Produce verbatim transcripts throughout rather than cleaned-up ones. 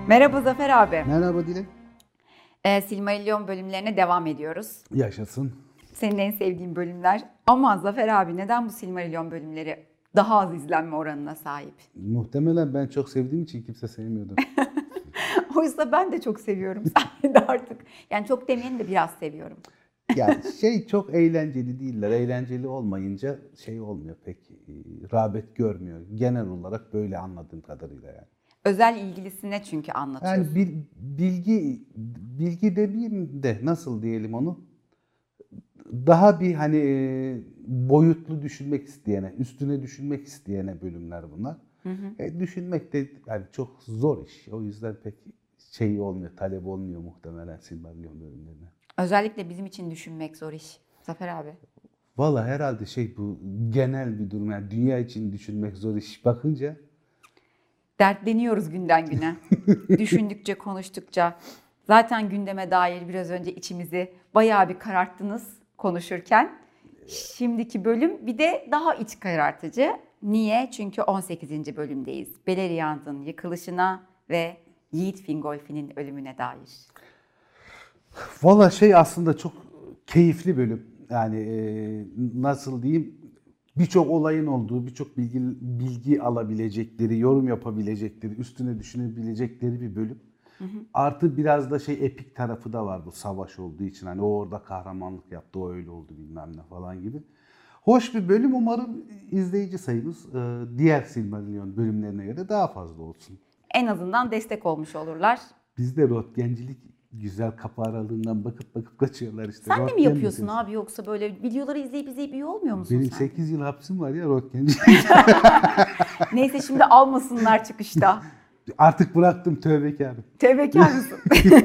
Merhaba Zafer abi. Merhaba Dilek. Ee, Silmarillion bölümlerine devam ediyoruz. Yaşasın. Senin en sevdiğin bölümler. Ama Zafer abi neden bu Silmarillion bölümleri daha az izlenme oranına sahip? Muhtemelen ben çok sevdiğim için kimse sevmiyordu. Oysa ben de çok seviyorum. Sen de artık. Yani çok demeyeni de biraz seviyorum. Yani şey çok eğlenceli değiller. Eğlenceli olmayınca şey olmuyor pek e, rağbet görmüyor. Genel olarak böyle anladığım kadarıyla yani. Özel ilgilisine çünkü anlatıyorsun. Yani bil- bilgi bilgi demeyeyim de nasıl diyelim onu? Daha bir hani e, boyutlu düşünmek isteyene, üstüne düşünmek isteyene bölümler bunlar. Hı hı. E, düşünmek de yani çok zor iş. O yüzden pek şey olmuyor, talep olmuyor muhtemelen Silmarillion bölümlerine. Özellikle bizim için düşünmek zor iş. Zafer abi. Valla herhalde şey bu genel bir durum. Yani dünya için düşünmek zor iş bakınca. Dertleniyoruz günden güne. Düşündükçe, konuştukça. Zaten gündeme dair biraz önce içimizi bayağı bir kararttınız konuşurken. Şimdiki bölüm bir de daha iç karartıcı. Niye? Çünkü on sekizinci bölümdeyiz. Beleriand'ın yıkılışına ve Yiğit Fingolfin'in ölümüne dair. Valla şey aslında çok keyifli bölüm. Yani e, nasıl diyeyim birçok olayın olduğu, birçok bilgi, bilgi alabilecekleri, yorum yapabilecekleri, üstüne düşünebilecekleri bir bölüm. Hı hı. Artı biraz da şey epik tarafı da var bu savaş olduğu için. Hani o orada kahramanlık yaptı, o öyle oldu bilmem ne falan gibi. Hoş bir bölüm. Umarım izleyici sayımız e, diğer Silmarillion bölümlerine göre daha fazla olsun. En azından destek olmuş olurlar. Bizde röntgencilik güzel kapı aralığından bakıp bakıp kaçıyorlar işte. Sen de mi Röntgen yapıyorsun meselesi. abi yoksa böyle videoları izleyip izleyip iyi olmuyor musun Benim sen? sekiz yıl hapsim var ya röntgenci. Neyse şimdi almasınlar çıkışta. Artık bıraktım tövbekarım. Tevbekar mısın?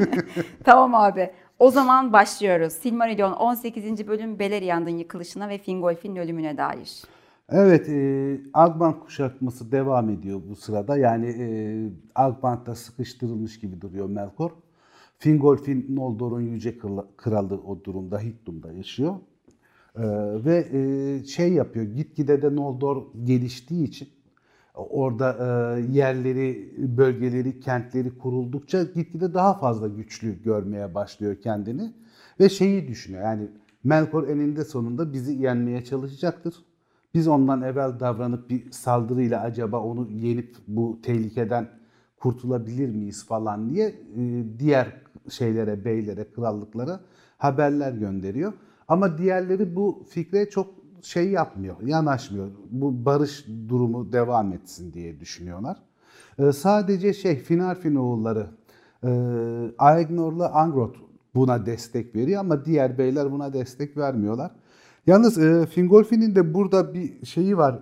Tamam abi. O zaman başlıyoruz. Silmarillion on sekizinci bölüm Beleriand'ın yıkılışına ve Fingolfin'in ölümüne dair. Evet, e, Alban kuşatması devam ediyor bu sırada. Yani e, Alban'da sıkıştırılmış gibi duruyor Melkor. Fingolfin Noldor'un yüce kralı o durumda, Hidrum'da yaşıyor. E, ve e, şey yapıyor, gitgide de Noldor geliştiği için orada e, yerleri, bölgeleri, kentleri kuruldukça gitgide daha fazla güçlü görmeye başlıyor kendini. Ve şeyi düşünüyor, yani Melkor eninde sonunda bizi yenmeye çalışacaktır. Biz ondan evvel davranıp bir saldırıyla acaba onu yenip bu tehlikeden kurtulabilir miyiz falan diye e, diğer şeylere, beylere, krallıklara haberler gönderiyor. Ama diğerleri bu fikre çok şey yapmıyor, yanaşmıyor. Bu barış durumu devam etsin diye düşünüyorlar. E, sadece şey Finarfin oğulları e, Aegnor'la Angrod buna destek veriyor ama diğer beyler buna destek vermiyorlar. Yalnız e, Fingolfin'in de burada bir şeyi var.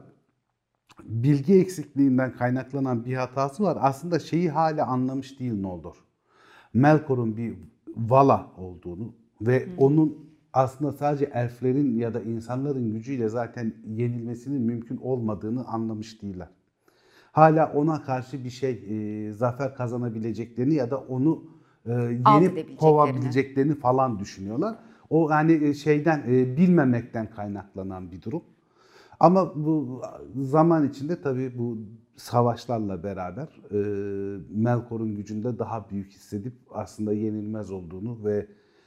Bilgi eksikliğinden kaynaklanan bir hatası var. Aslında şeyi hala anlamış değil Noldor. Melkor'un bir Vala olduğunu ve Hı hı. onun aslında sadece elflerin ya da insanların gücüyle zaten yenilmesinin mümkün olmadığını anlamış değiller. Hala ona karşı bir şey e, zafer kazanabileceklerini ya da onu e, Alt yenip edebileceklerini. kovabileceklerini falan düşünüyorlar. O yani şeyden e, bilmemekten kaynaklanan bir durum. Ama bu zaman içinde tabii bu savaşlarla beraber e, Melkor'un gücünde daha büyük hissedip aslında yenilmez olduğunu ve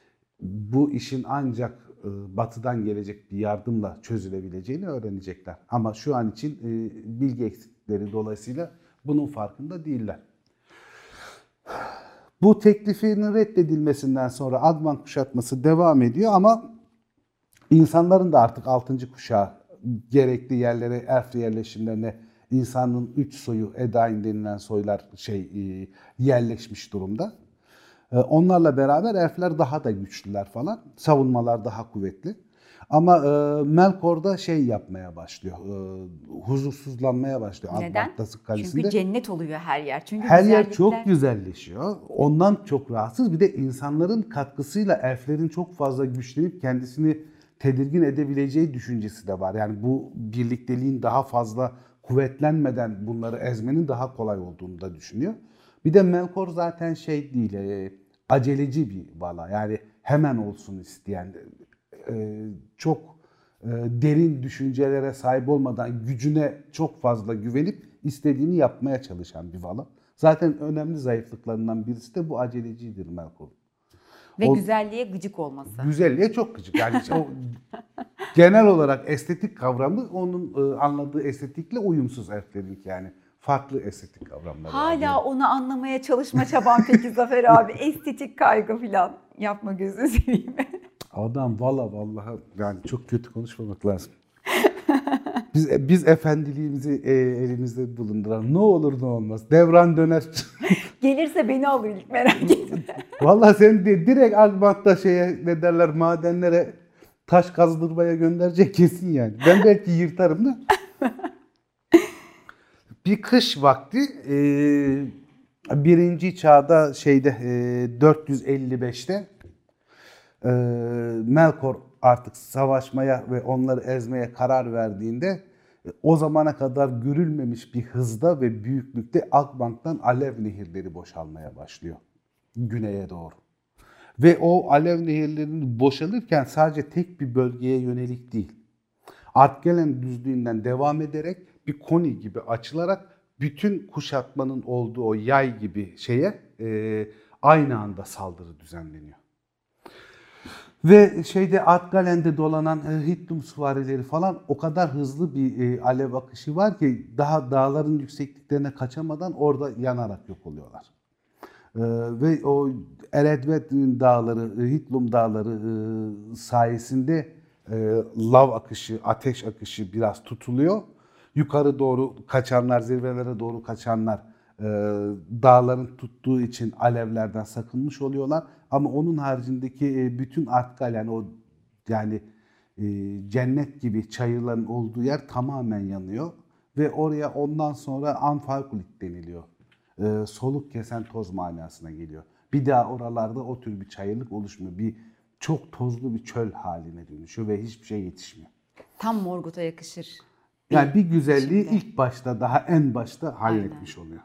bu işin ancak e, batıdan gelecek bir yardımla çözülebileceğini öğrenecekler. Ama şu an için e, bilgi eksiklikleri dolayısıyla bunun farkında değiller. Bu teklifinin reddedilmesinden sonra Adman kuşatması devam ediyor ama insanların da artık altıncı kuşağı gerekli yerlere, elf yerleşimlerine insanın üç soyu, Edain denilen soylar şey e, yerleşmiş durumda. E, Onlarla beraber elfler daha da güçlüler falan. Savunmalar daha kuvvetli. Ama e, Melkor da şey yapmaya başlıyor. E, huzursuzlanmaya başlıyor Neden? Adbantası Çünkü Kalesi'nde. cennet oluyor her yer. Çünkü Her yer güzellikler... çok güzelleşiyor. Ondan çok rahatsız. Bir de insanların katkısıyla elflerin çok fazla güçlenip kendisini tedirgin edebileceği düşüncesi de var. Yani bu birlikteliğin daha fazla kuvvetlenmeden bunları ezmenin daha kolay olduğunu da düşünüyor. Bir de Melkor zaten şey değil, e, aceleci bir vala. Yani hemen olsun isteyen, e, çok e, derin düşüncelere sahip olmadan gücüne çok fazla güvenip istediğini yapmaya çalışan bir vala. Zaten önemli zayıflıklarından birisi de bu acelecidir Melkor'un. Ve O güzelliğe gıcık olması. güzelliğe çok gıcık. Yani o genel olarak estetik kavramı onun e, anladığı estetikle uyumsuz elflerinki yani. Farklı estetik kavramları var. Hala Yani. onu anlamaya çalışma çaban peki Zafer abi. Estetik kaygı falan. Yapma gözünü seveyim. Adam valla vallahi yani çok kötü konuşmamak lazım. Biz biz efendiliğimizi e, elimizde bulunduran ne olur ne olmaz. Devran döner. Gelirse beni alır ilk, merak etme. Vallahi sen de direkt Akbank'ta şeye ne derler madenlere taş kazdırmaya gönderecek kesin yani. Ben belki yırtarım da. Bir kış vakti e, birinci çağda şeyde e, dört yüz elli beşte e, Melkor artık savaşmaya ve onları ezmeye karar verdiğinde e, o zamana kadar görülmemiş bir hızda ve büyüklükte Akbank'tan alev nehirleri boşalmaya başlıyor güneye doğru. Ve o alev nehirlerinin boşalırken sadece tek bir bölgeye yönelik değil. Artgelen düzlüğünden devam ederek bir koni gibi açılarak bütün kuşatmanın olduğu o yay gibi şeye e, aynı anda saldırı düzenleniyor. Ve şeyde Artgalen'de dolanan e, Hittim süvarileri falan o kadar hızlı bir e, alev akışı var ki daha dağların yüksekliklerine kaçamadan orada yanarak yok oluyorlar. E, ve o Eredvet dağları, Hittim dağları e, sayesinde e, lav akışı, ateş akışı biraz tutuluyor. Yukarı doğru kaçanlar, zirvelere doğru kaçanlar e, dağların tuttuğu için alevlerden sakınmış oluyorlar. Ama onun haricindeki e, bütün Artgalen, o yani e, cennet gibi çayırların olduğu yer tamamen yanıyor. Ve oraya ondan sonra Anfarkulit deniliyor. E, soluk kesen toz manasına geliyor. Bir daha oralarda o tür bir çayırlık oluşmuyor. Bir çok tozlu bir çöl haline dönüşüyor ve hiçbir şey yetişmiyor. Tam Morgoth'a yakışır. Yani bir güzelliği Şimdi. ilk başta, daha en başta halletmiş oluyor.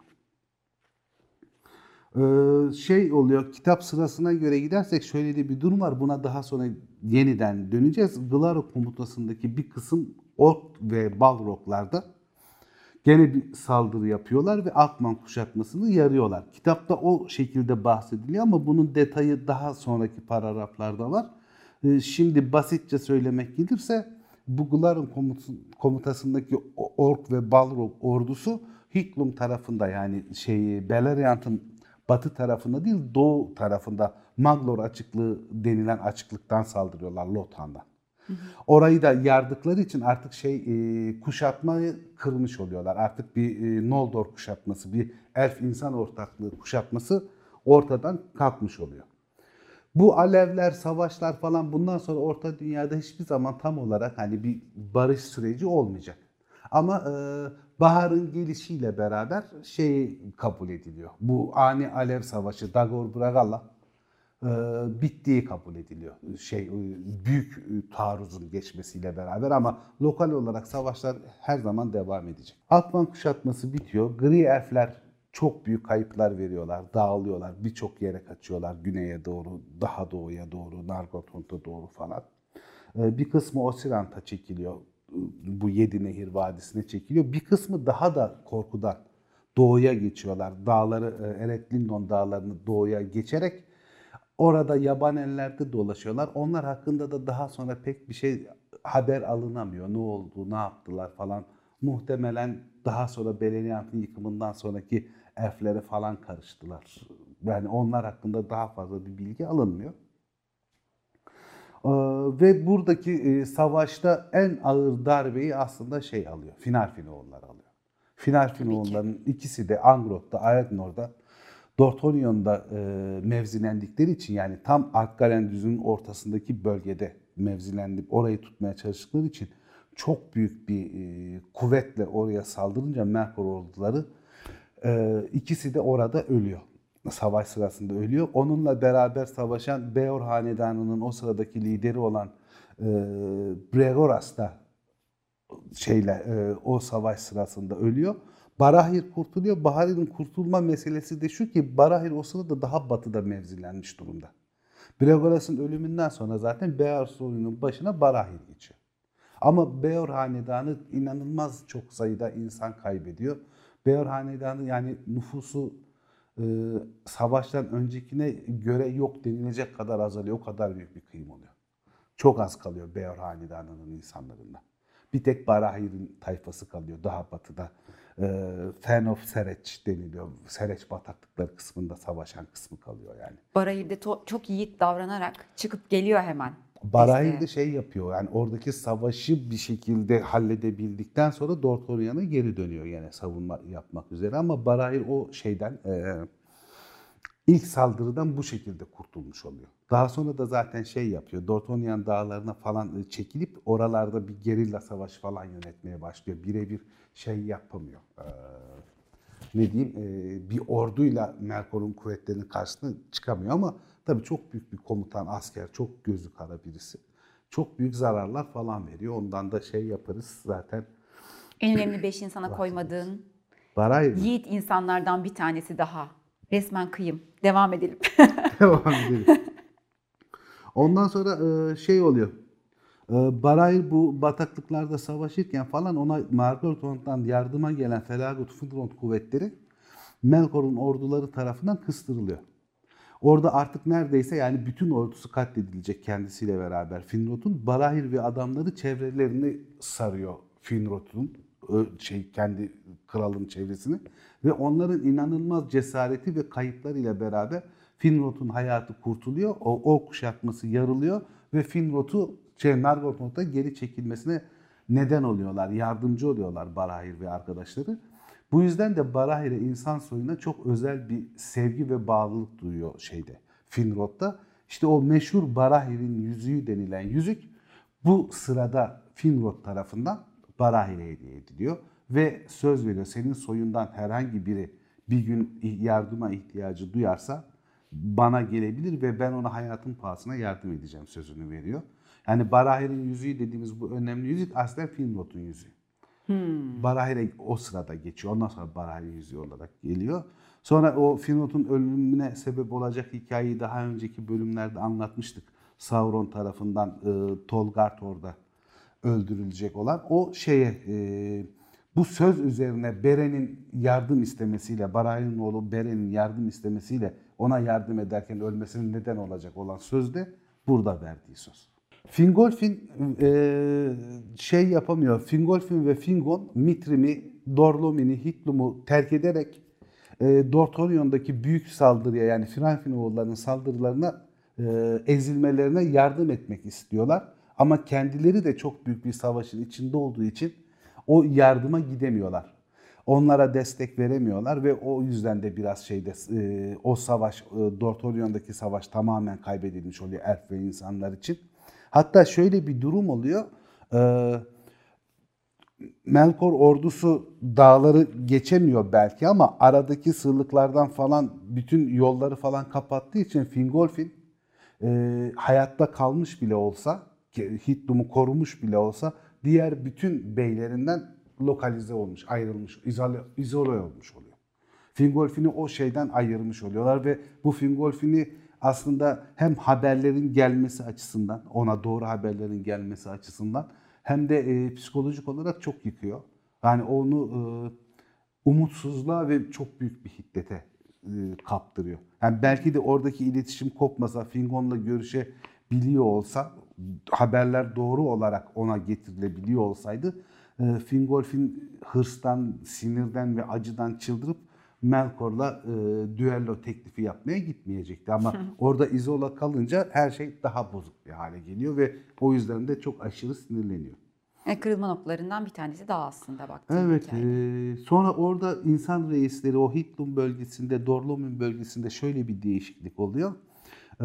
Ee, şey oluyor, kitap sırasına göre gidersek şöyle de bir durum var. Buna daha sonra yeniden döneceğiz. Glaro komutasındaki bir kısım Ork ve Balrog'larda gene bir saldırı yapıyorlar ve Alkmaar kuşatmasını yarıyorlar. Kitapta o şekilde bahsediliyor ama bunun detayı daha sonraki paragraflarda var. Ee, şimdi basitçe söylemek gelirse bu Glaron komutasındaki Ork ve Balrog ordusu Hittim tarafında yani şey Beleriand'ın batı tarafında değil doğu tarafında Maglor açıklığı denilen açıklıktan saldırıyorlar Lothan'dan. Hı hı. Orayı da yardıkları için artık şey e, kuşatmayı kırmış oluyorlar. Artık bir e, Noldor kuşatması, bir elf insan ortaklığı kuşatması ortadan kalkmış oluyor. Bu alevler, savaşlar falan bundan sonra Orta Dünya'da hiçbir zaman tam olarak hani bir barış süreci olmayacak. Ama e, baharın gelişiyle beraber şey kabul ediliyor. Bu ani alev savaşı Dagor Bragalla e, bittiği kabul ediliyor. Şey büyük taarruzun geçmesiyle beraber ama lokal olarak savaşlar her zaman devam edecek. Alkmaar kuşatması bitiyor. Gri elfler çok büyük kayıplar veriyorlar, dağılıyorlar, birçok yere kaçıyorlar, güneye doğru, daha doğuya doğru, Nargothrond'a doğru falan. Bir kısmı Osirant'a çekiliyor, bu Yedi Nehir Vadisi'ne çekiliyor. Bir kısmı daha da korkudan doğuya geçiyorlar. Dağları, Ereklindon dağlarını doğuya geçerek orada yaban ellerde dolaşıyorlar. Onlar hakkında da daha sonra pek bir şey haber alınamıyor. Ne oldu, ne yaptılar falan. Muhtemelen daha sonra Beleriand'ın yıkımından sonraki elflere falan karıştılar. Yani onlar hakkında daha fazla bir bilgi alınmıyor. Ee, ve buradaki e, savaşta en ağır darbeyi aslında şey alıyor, Finarfinoğulları alıyor. Finarfinoğullarının ikisi de Angrot'ta, Aegnor'da, Dortholion'da e, mevzilendikleri için yani tam Artgalen düzünün ortasındaki bölgede mevzilendik, orayı tutmaya çalıştıkları için çok büyük bir e, kuvvetle oraya saldırınca Melkor orduları e, ikisi de orada ölüyor. Savaş sırasında ölüyor. Onunla beraber savaşan Beor Hanedanı'nın o sıradaki lideri olan e, Bregoras da şeyle e, o savaş sırasında ölüyor. Barahir kurtuluyor. Barahir'in kurtulma meselesi de şu ki Barahir o sırada daha batıda mevzilenmiş durumda. Bregoras'ın ölümünden sonra zaten Beor soyunun başına Barahir geçiyor. Ama Beor Hanedanı inanılmaz çok sayıda insan kaybediyor. Beor Hanedanı yani nüfusu e, savaştan öncekine göre yok denilecek kadar azalıyor. O kadar büyük bir kıyım oluyor. Çok az kalıyor Beor Hanedanı'nın insanlarından. Bir tek Barahir'in tayfası kalıyor daha batıda. E, Fen of Sereç deniliyor. Sereç bataklıkları kısmında savaşan kısmı kalıyor yani. Barahir de to- çok yiğit davranarak çıkıp geliyor hemen. Barahir de şey yapıyor yani oradaki savaşı bir şekilde halledebildikten sonra Dorthorian'a geri dönüyor yine savunma yapmak üzere ama Barahir o şeyden e, ilk saldırıdan bu şekilde kurtulmuş oluyor. Daha sonra da zaten şey yapıyor Dorthorian dağlarına falan çekilip oralarda bir gerilla savaşı falan yönetmeye başlıyor. Birebir şey yapamıyor. E, ne diyeyim e, bir orduyla Melkor'un kuvvetlerinin karşısına çıkamıyor ama tabii çok büyük bir komutan, asker, çok gözü kara birisi. Çok büyük zararlar falan veriyor. Ondan da şey yaparız zaten. En önemli beş insana koymadığın Barahir mi? yiğit insanlardan bir tanesi daha. Resmen kıyım. Devam edelim. Devam edelim. Ondan sonra e, şey oluyor. E, Barahir bu bataklıklarda savaşırken falan ona Margotond'dan yardıma gelen Felagut Finrod kuvvetleri Melkor'un orduları tarafından kıstırılıyor. Orada artık neredeyse yani bütün ordusu katledilecek kendisiyle beraber Finrod'un. Barahir ve adamları çevrelerini sarıyor Finrod'un şey kendi kralın çevresini ve onların inanılmaz cesareti ve kayıplarıyla beraber Finrod'un hayatı kurtuluyor. O ork kuşatması yarılıyor ve Finrod'u şey Nargothrond'a geri çekilmesine neden oluyorlar, yardımcı oluyorlar Barahir ve arkadaşları. Bu yüzden de Barahir'e insan soyuna çok özel bir sevgi ve bağlılık duyuyor şeyde Finrod'da. İşte o meşhur Barahir'in yüzüğü denilen yüzük bu sırada Finrod tarafından Barahir'e hediye ediliyor. Ve söz veriyor senin soyundan herhangi biri bir gün yardıma ihtiyacı duyarsa bana gelebilir ve ben ona hayatın pahasına yardım edeceğim sözünü veriyor. Yani Barahir'in yüzüğü dediğimiz bu önemli yüzük aslında Finrod'un yüzüğü. Hmm. Barahir'e o sırada geçiyor. Ondan sonra Barahir'in yüzüğü olarak geliyor. Sonra o Finrod'un ölümüne sebep olacak hikayeyi daha önceki bölümlerde anlatmıştık. Sauron tarafından e, Tolgard orada öldürülecek olan o şeye e, bu söz üzerine Beren'in yardım istemesiyle Barahir'in oğlu Beren'in yardım istemesiyle ona yardım ederken ölmesinin neden olacak olan söz de burada verdiği söz. Fingolfin e, şey yapamıyor. Fingolfin ve Fingon Mitrim'i, Dorlomin'i, Hitlum'u terk ederek e, Dortholion'daki büyük saldırıya yani Finarfinoğullarının saldırılarına e, ezilmelerine yardım etmek istiyorlar. Ama kendileri de çok büyük bir savaşın içinde olduğu için o yardıma gidemiyorlar. Onlara destek veremiyorlar ve o yüzden de biraz şeyde e, o savaş, e, Dortholion'daki savaş tamamen kaybedilmiş oluyor elf ve insanlar için. Hatta şöyle bir durum oluyor. E, Melkor ordusu dağları geçemiyor belki ama aradaki sığlıklardan falan bütün yolları falan kapattığı için Fingolfin e, hayatta kalmış bile olsa, Hittum'u korumuş bile olsa diğer bütün beylerinden lokalize olmuş, ayrılmış, izole, izole olmuş oluyor. Fingolfin'i o şeyden ayırmış oluyorlar ve bu Fingolfin'i aslında hem haberlerin gelmesi açısından, ona doğru haberlerin gelmesi açısından hem de e, psikolojik olarak çok yıkıyor. Yani onu e, umutsuzluğa ve çok büyük bir hiddete e, kaptırıyor. Yani belki de oradaki iletişim kopmasa, Fingon'la görüşebiliyor olsa, haberler doğru olarak ona getirilebiliyor olsaydı, e, Fingolfin hırstan, sinirden ve acıdan çıldırıp Melkor'la e, düello teklifi yapmaya gitmeyecekti. Ama orada izola kalınca her şey daha bozuk bir hale geliyor ve o yüzden de çok aşırı sinirleniyor. Yani kırılma noktalarından bir tanesi daha aslında baktığım Evet. E, sonra orada insan reisleri o Hithlum bölgesinde, Dorlomin bölgesinde şöyle bir değişiklik oluyor. E,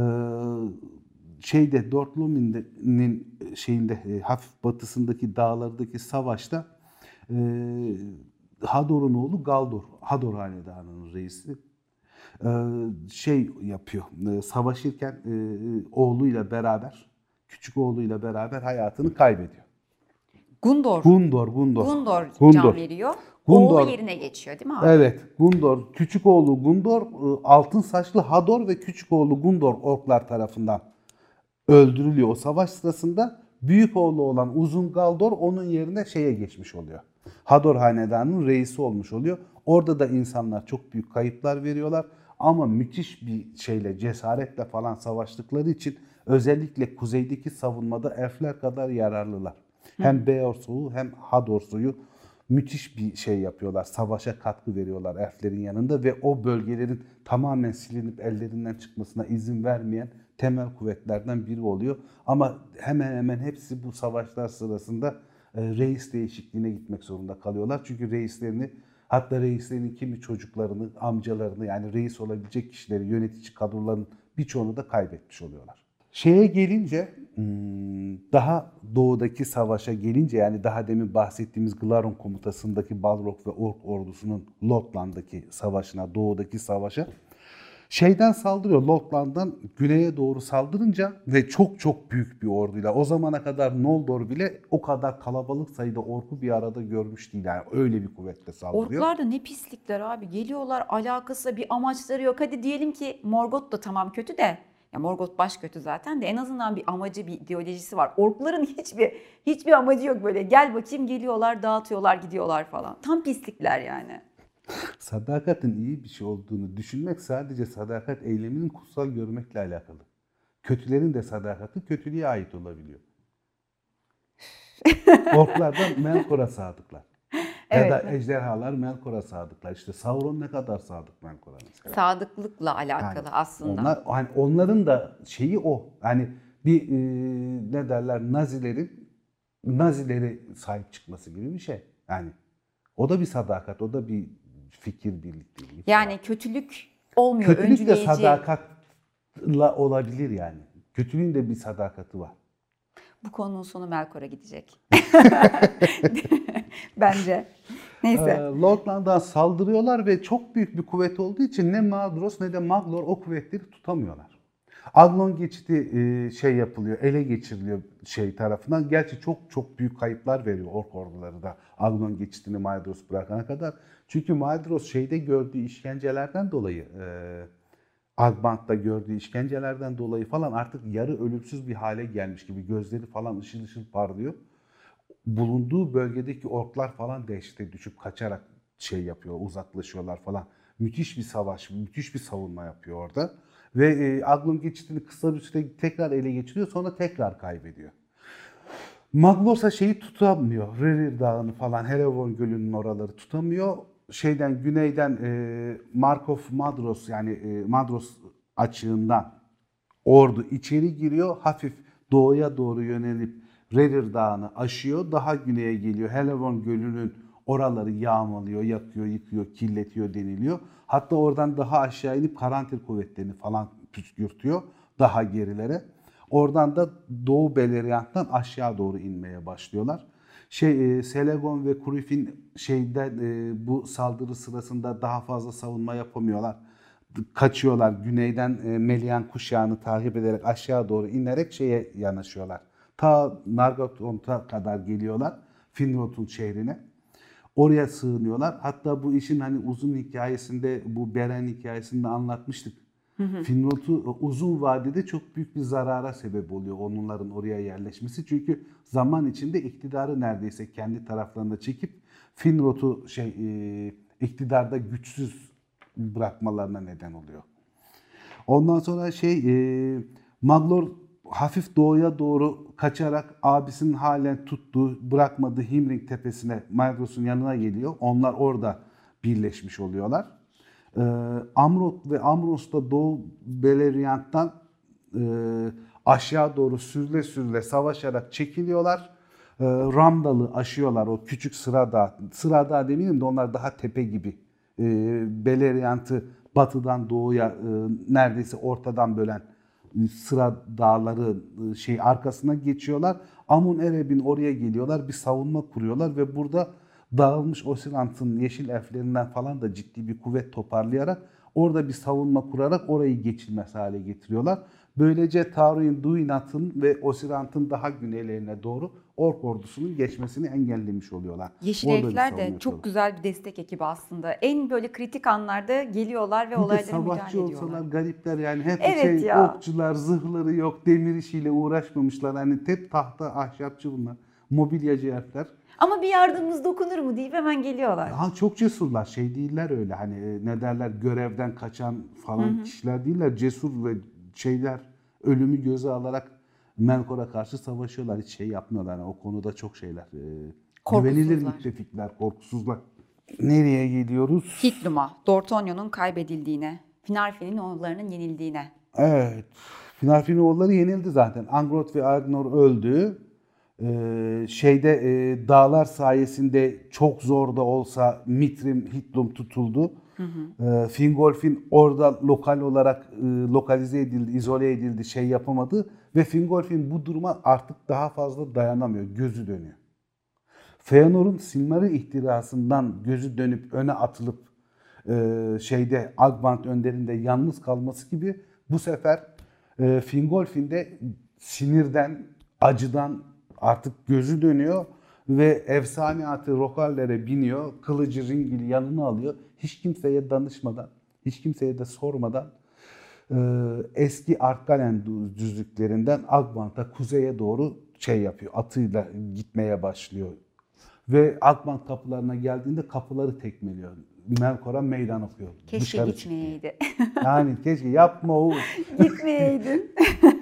şeyde Dorlomin'in şeyinde e, hafif batısındaki dağlardaki savaşta e, Hador'un oğlu Galdor, Hador hanedanının reisi e, şey yapıyor. E, savaşırken e, oğluyla beraber, küçük oğluyla beraber hayatını kaybediyor. Gundor. Gundor, Gundor. Gundor, Gundor. can veriyor. Gundor. Oğlu yerine geçiyor değil mi abi? Evet, Gundor. Küçük oğlu Gundor, altın saçlı Hador ve küçük oğlu Gundor orklar tarafından öldürülüyor o savaş sırasında. Büyük oğlu olan Uzun Galdor onun yerine şeye geçmiş oluyor. Hador Hanedanı'nın reisi olmuş oluyor. Orada da insanlar çok büyük kayıplar veriyorlar. Ama müthiş bir şeyle, cesaretle falan savaştıkları için özellikle kuzeydeki savunmada elfler kadar yararlılar. Hem Beorsu'yu hem Hadorsu'yu müthiş bir şey yapıyorlar. Savaşa katkı veriyorlar elflerin yanında ve o bölgelerin tamamen silinip ellerinden çıkmasına izin vermeyen temel kuvvetlerden biri oluyor. Ama hemen hemen hepsi bu savaşlar sırasında e, reis değişikliğine gitmek zorunda kalıyorlar. Çünkü reislerini, hatta reislerin kimi çocuklarını, amcalarını, yani reis olabilecek kişileri, yönetici kadroların birçoğunu da kaybetmiş oluyorlar. Şeye gelince, daha doğudaki savaşa gelince, yani daha demin bahsettiğimiz Glaron komutasındaki Balrog ve Ork ordusunun Lotland'daki savaşına, doğudaki savaşa şeyden saldırıyor. Lotland'dan güneye doğru saldırınca ve çok çok büyük bir orduyla, o zamana kadar Noldor bile o kadar kalabalık sayıda orku bir arada görmüş değil. Yani öyle bir kuvvetle saldırıyor. Orklar da ne pislikler abi. Geliyorlar, alakası bir amaçları yok. Hadi diyelim ki Morgoth da tamam kötü de. Ya Morgoth baş kötü zaten de en azından bir amacı, bir ideolojisi var. Orkların hiçbir hiçbir amacı yok böyle. Gel bakayım, geliyorlar, dağıtıyorlar, gidiyorlar falan. Tam pislikler yani. Sadakatin iyi bir şey olduğunu düşünmek sadece sadakat eyleminin kutsal görmekle alakalı. Kötülerin de sadakati kötülüğe ait olabiliyor. Orklar da Melkor'a sadıklar. Evet. Ya da ejderhalar Melkor'a sadıklar. İşte Sauron ne kadar sadık Melkor'a mesela. Sadıklıkla alakalı Yani aslında. Onlar, hani onların da şeyi o. Hani bir e, ne derler, Nazilerin Nazilere sahip çıkması gibi bir şey. Yani o da bir sadakat, o da bir fikir birlikteliği. Yani kötülük olmuyor. Kötülük de öncüleyici. sadakatla olabilir yani. Kötülüğün de bir sadakati var. Bu konunun sonu Melkor'a gidecek. Bence. Neyse. Ee, Lordland'dan saldırıyorlar ve çok büyük bir kuvvet olduğu için ne Maedhros ne de Maglor o kuvvetleri tutamıyorlar. Aglon geçidi e, şey yapılıyor, ele geçiriliyor şey tarafından. Gerçi çok çok büyük kayıplar veriyor ork orduları da Aglon geçidini Maedhros bırakana kadar. Çünkü Maedhros şeyde gördüğü işkencelerden dolayı, e, Agbant'ta gördüğü işkencelerden dolayı falan artık yarı ölümsüz bir hale gelmiş gibi, gözleri falan ışıl ışıl parlıyor. Bulunduğu bölgedeki orklar falan dehşete düşüp kaçarak şey yapıyor, uzaklaşıyorlar falan. Müthiş bir savaş, müthiş bir savunma yapıyor orada. Ve e, Aglon geçidini kısa bir süre tekrar ele geçiriyor, sonra tekrar kaybediyor. Maglorsa şeyi tutamıyor, Rerir Dağı'nı falan, Helevon Gölü'nün oraları tutamıyor. Şeyden, güneyden e, Markov Madros, yani e, Madros açığından ordu içeri giriyor, hafif doğuya doğru yönelip Rerir Dağı'nı aşıyor, daha güneye geliyor. Helevon Gölü'nün oraları yağmalıyor, yakıyor, yıkıyor, kirletiyor deniliyor. Hatta oradan daha aşağı inip Karantir kuvvetlerini falan püskürtüyor daha gerilere. Oradan da Doğu Beleryant'tan aşağı doğru inmeye başlıyorlar. Şey, e, Selegon ve Kurifin şeyden e, bu saldırı sırasında daha fazla savunma yapamıyorlar. Kaçıyorlar. Güneyden e, Melian kuşağını takip ederek aşağı doğru inerek şeye yanaşıyorlar. Ta Nargothrond'a kadar geliyorlar, Finrod'un şehrine. Oraya sığınıyorlar. Hatta bu işin hani uzun hikayesinde, bu Beren hikayesinde anlatmıştık. Finrod'u uzun vadede çok büyük bir zarara sebep oluyor onların oraya yerleşmesi. Çünkü zaman içinde iktidarı neredeyse kendi taraflarına çekip Finrod'u şey e, iktidarda güçsüz bırakmalarına neden oluyor. Ondan sonra şey e, Maglor hafif doğuya doğru kaçarak abisinin halen tuttuğu, bırakmadığı Himring tepesine, Maedhros'un yanına geliyor. Onlar orada birleşmiş oluyorlar. Ee, Amrot ve Amros da Doğu Beleryant'tan e, aşağı doğru sürüle sürüle savaşarak çekiliyorlar. Ee, Ramdal'ı aşıyorlar, o küçük Sıradağ. Sıradağ demeyeyim de onlar daha tepe gibi. Ee, Beleryant'ı batıdan doğuya e, neredeyse ortadan bölen Sıra dağları şey arkasına geçiyorlar. Amun Erebin oraya geliyorlar, bir savunma kuruyorlar ve burada dağılmış Osirant'ın yeşil elflerinden falan da ciddi bir kuvvet toparlayarak orada bir savunma kurarak orayı geçilmez hale getiriyorlar. Böylece Taruin Duinat'ın ve Osirant'ın daha güneylerine doğru Ork ordusunun geçmesini engellemiş oluyorlar. Yeşil Orada Elfler de çok güzel bir destek ekibi aslında. En böyle kritik anlarda geliyorlar ve bir de olaylara müdahale savaşçı olsalar ediyorlar. garipler yani, hep Evet şey ya. okçular, zırhları yok, demir işiyle uğraşmamışlar. Hani hep tahta, ahşapçı bunlar. Mobilyacı herifler. Ama bir yardımımız dokunur mu deyip hemen geliyorlar. Ha, çok cesurlar. Şey değiller öyle. Hani e, ne derler, görevden kaçan falan hı hı. kişiler değiller. Cesur ve şeyler, ölümü göze alarak Melkor'a karşı savaşıyorlar. Hiç şey yapmıyorlar. Yani o konuda çok şeyler. E, güvenilir müttefikler, korkusuzlar. Nereye gidiyoruz? Hitlum'a, Dortonio'nun kaybedildiğine, Finarfini'nin oğullarının yenildiğine. Evet. Finarfini oğulları yenildi zaten. Angrot ve Agnor öldü. Ee, şeyde e, dağlar sayesinde çok zor da olsa Mitrim, Hitlum tutuldu. Hı hı. Ee, Fingolfin orada lokal olarak e, lokalize edildi, izole edildi, şey yapamadı. Ve Fingolfin bu duruma artık daha fazla dayanamıyor, gözü dönüyor. Feanor'un Silmaril ihtirasından gözü dönüp öne atılıp e, şeyde Agbant önderinde yalnız kalması gibi bu sefer e, Fingolfin de sinirden, acıdan artık gözü dönüyor ve efsaniyatı Rokaller'e biniyor. Kılıcı Ringil'i yanına alıyor. Hiç kimseye danışmadan, hiç kimseye de sormadan e, eski Arkalen düzlüklerinden Agbant'a kuzeye doğru şey yapıyor. Atıyla gitmeye başlıyor. Ve Agbant kapılarına geldiğinde kapıları tekmeliyor. Melkor'a meydan okuyor. Keşke dışarı gitmeyeydi. Yani keşke yapma o. Gitmeyeydin.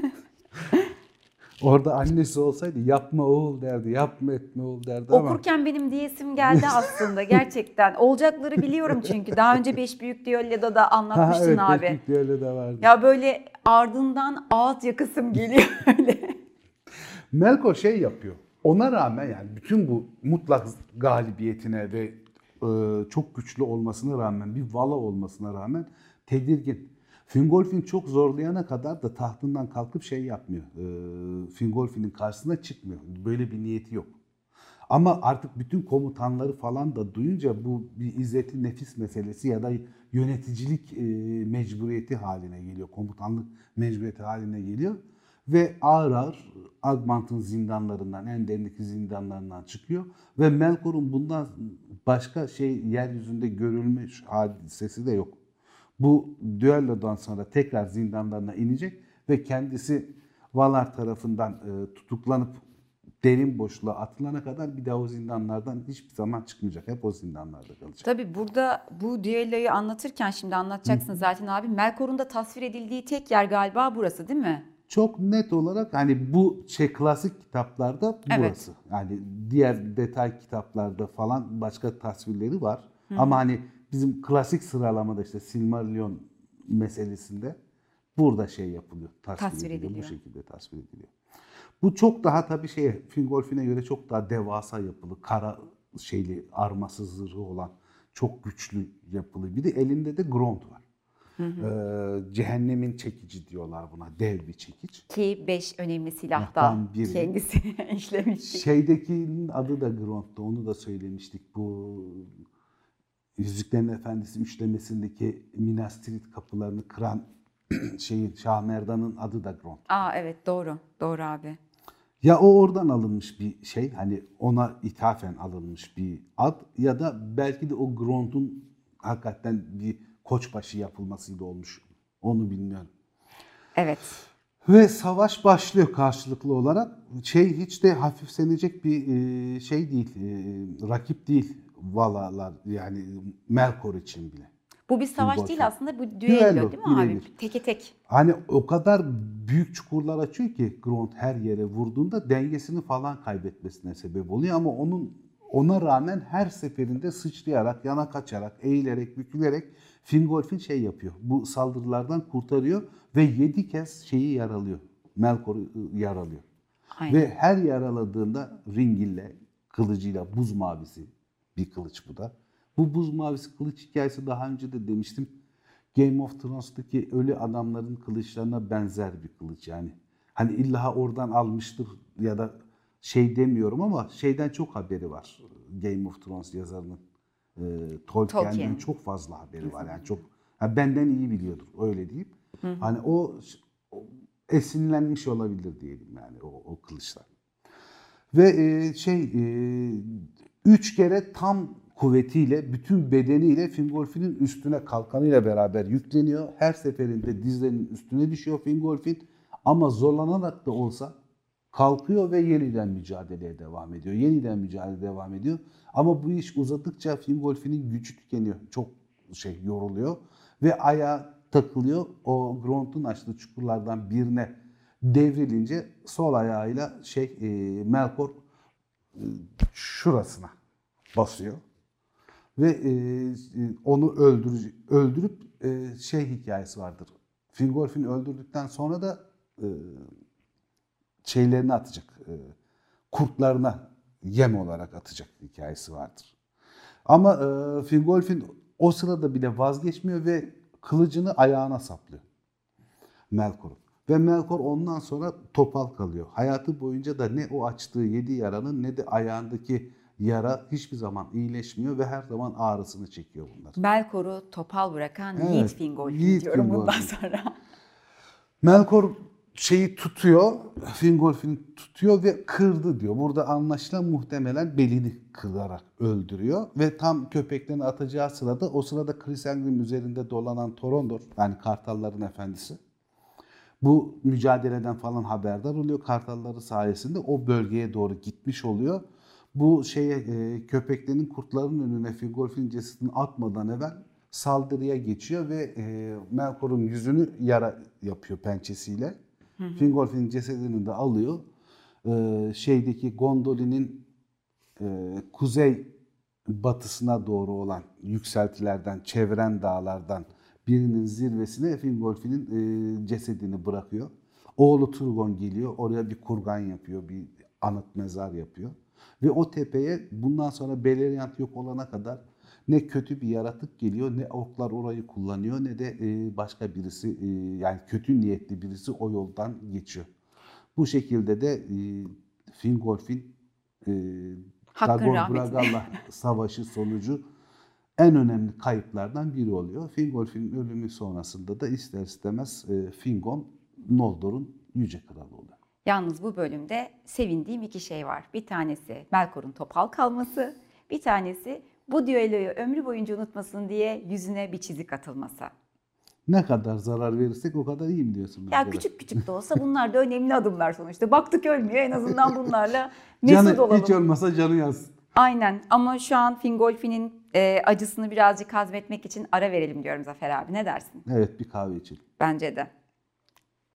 Orada annesi olsaydı yapma oğul derdi, yapma etme oğul derdi ama. Okurken benim diyesim geldi aslında gerçekten. Olacakları biliyorum çünkü. Daha önce Beş Büyük Düello'da da anlatmıştın evet, abi. Beş Büyük Düello'da vardı. Ya böyle ardından ağıt yakasım geliyor öyle. Melkor şey yapıyor. Ona rağmen yani bütün bu mutlak galibiyetine ve e, çok güçlü olmasına rağmen, bir vala olmasına rağmen tedirgin. Fingolfin çok zorlayana kadar da tahtından kalkıp şey yapmıyor. E, Fingolfin'in karşısına çıkmıyor. Böyle bir niyeti yok. Ama artık bütün komutanları falan da duyunca bu bir izzeti nefis meselesi ya da yöneticilik e, mecburiyeti haline geliyor. Komutanlık mecburiyeti haline geliyor. Ve ağır ağır Agbant'ın zindanlarından, en derinlikli zindanlarından çıkıyor. Ve Melkor'un bundan başka şey yeryüzünde görülmüş hadisesi de yok. Bu düellodan sonra tekrar zindanlarına inecek ve kendisi Valar tarafından e, tutuklanıp derin boşluğa atılana kadar bir daha o zindanlardan hiçbir zaman çıkmayacak. Hep o zindanlarda kalacak. Tabii burada bu düelloyu anlatırken şimdi anlatacaksın zaten abi. Melkor'un da tasvir edildiği tek yer galiba burası değil mi? Çok net olarak hani bu şey klasik kitaplarda burası. Evet. Yani diğer detay kitaplarda falan başka tasvirleri var. Hı. Ama hani bizim klasik sıralamada işte Silmarillion meselesinde burada şey yapılıyor. Tasvir, tasvir ediliyor, ediliyor. Bu şekilde tasvir ediliyor. Bu çok daha tabii şey Fingolfin'e göre çok daha devasa yapılı, kara şeyli, armasız zırhı olan çok güçlü yapılı. Bir de elinde de Grond var. Hı hı. Ee, cehennemin çekici diyorlar buna. Dev bir çekiç. Ki beş önemli silahtan kendisi işlemiş. Şeydekinin adı da Grond'du. Onu da söylemiştik. Bu Yüzüklerin Efendisi üçlemesindeki Minas Tirith kapılarını kıran şeyin Şahmerdan'ın adı da Grond. Aa evet doğru. Doğru abi. Ya o oradan alınmış bir şey. Hani ona ithafen alınmış bir ad ya da belki de o Grond'un hakikaten bir koçbaşı yapılmasıyla olmuş. Onu bilmiyorum. Evet. Ve savaş başlıyor karşılıklı olarak. Şey hiç de hafiflenecek bir şey değil. Rakip değil Valalar yani Melkor için bile. Bu bir savaş Fingolfin değil aslında bu düello, düello değil mi abi? Bir. Teke tek. Hani o kadar büyük çukurlar açıyor ki Grond her yere vurduğunda dengesini falan kaybetmesine sebep oluyor ama onun ona rağmen her seferinde sıçrayarak, yana kaçarak, eğilerek, bükülerek Fingolfin şey yapıyor. Bu saldırılardan kurtarıyor ve yedi kez şeyi yaralıyor. Melkor'u yaralıyor. Aynen. Ve her yaraladığında Ringil'le, kılıcıyla buz mavisi bir kılıç bu da. Bu buz mavisi kılıç hikayesi daha önce de demiştim. Game of Thrones'taki ölü adamların kılıçlarına benzer bir kılıç yani. Hani illa oradan almıştır ya da şey demiyorum ama şeyden çok haberi var. Game of Thrones yazarının e, Tolkien'den Tolkien. Çok fazla haberi var. Yani çok yani benden iyi biliyordur öyle diyeyim. Hı hı. Hani o, o esinlenmiş olabilir diyelim yani o, o kılıçlar. Ve e, şey e, üç kere tam kuvvetiyle, bütün bedeniyle Fingolfin'in üstüne kalkanıyla beraber yükleniyor. Her seferinde dizlerinin üstüne düşüyor Fingolfin. Ama zorlanarak da olsa kalkıyor ve yeniden mücadeleye devam ediyor. Yeniden mücadele devam ediyor. Ama bu iş uzadıkça Fingolfin'in gücü tükeniyor. Çok şey yoruluyor ve ayağa takılıyor. O Grond'un açtığı çukurlardan birine devrilince sol ayağıyla şey e, Melkor e, şurasına basıyor. Ve e, onu öldürücü, öldürüp e, şey hikayesi vardır. Fingolfin'i öldürdükten sonra da e, şeylerini atacak. E, kurtlarına yem olarak atacak hikayesi vardır. Ama e, Fingolfin o sırada bile vazgeçmiyor ve kılıcını ayağına saplıyor Melkor'un. Ve Melkor ondan sonra topal kalıyor. Hayatı boyunca da ne o açtığı yedi yaranın ne de ayağındaki yara hiçbir zaman iyileşmiyor ve her zaman ağrısını çekiyor bunlar. Melkor'u topal bırakan Evet, Yiğit Fingolfin Yiğit diyorum bundan Fingolfin. sonra. Melkor şeyi tutuyor, Fingolfin'i tutuyor ve kırdı diyor. Burada anlaşılan muhtemelen belini kırarak öldürüyor. Ve tam köpeklerini atacağı sırada, o sırada Chrysanthemum üzerinde dolanan Torondor, yani Kartalların efendisi, bu mücadeleden falan haberdar oluyor. Kartalları sayesinde o bölgeye doğru gitmiş oluyor. Bu şeye e, köpeklerin kurtların önüne Fingolfin cesedini atmadan evvel saldırıya geçiyor ve e, Melkor'un yüzünü yara yapıyor pençesiyle. Hı hı. Fingolfin'in cesedini de alıyor. E, şeydeki Gondolin'in e, kuzey batısına doğru olan yükseltilerden, çeviren dağlardan birinin zirvesine Fingolfin'in e, cesedini bırakıyor. Oğlu Turgon geliyor, oraya bir kurgan yapıyor, bir anıt mezar yapıyor. Ve o tepeye bundan sonra Beleriand yok olana kadar ne kötü bir yaratık geliyor, ne orklar orayı kullanıyor, ne de e, başka birisi, e, yani kötü niyetli birisi o yoldan geçiyor. Bu şekilde de e, Fingolfin e, Dagor Bragoll'a savaşı sonucu en önemli kayıplardan biri oluyor. Fingolfin'in ölümü sonrasında da ister istemez e, Fingon Noldor'un yüce kralı oluyor. Yalnız bu bölümde sevindiğim iki şey var. Bir tanesi Melkor'un topal kalması, bir tanesi bu düelloyu ömrü boyunca unutmasın diye yüzüne bir çizik atılması. Ne kadar zarar verirsek o kadar iyi mi diyorsun? Ya küçük küçük de olsa bunlar da önemli adımlar sonuçta. Baktık ölmüyor, en azından bunlarla mesut canı, olalım. Hiç olmasa canı yansın. Aynen, ama şu an Fingolfin'in e, acısını birazcık hazmetmek için ara verelim diyorum Zafer abi. Ne dersin? Evet, bir kahve içelim. Bence de.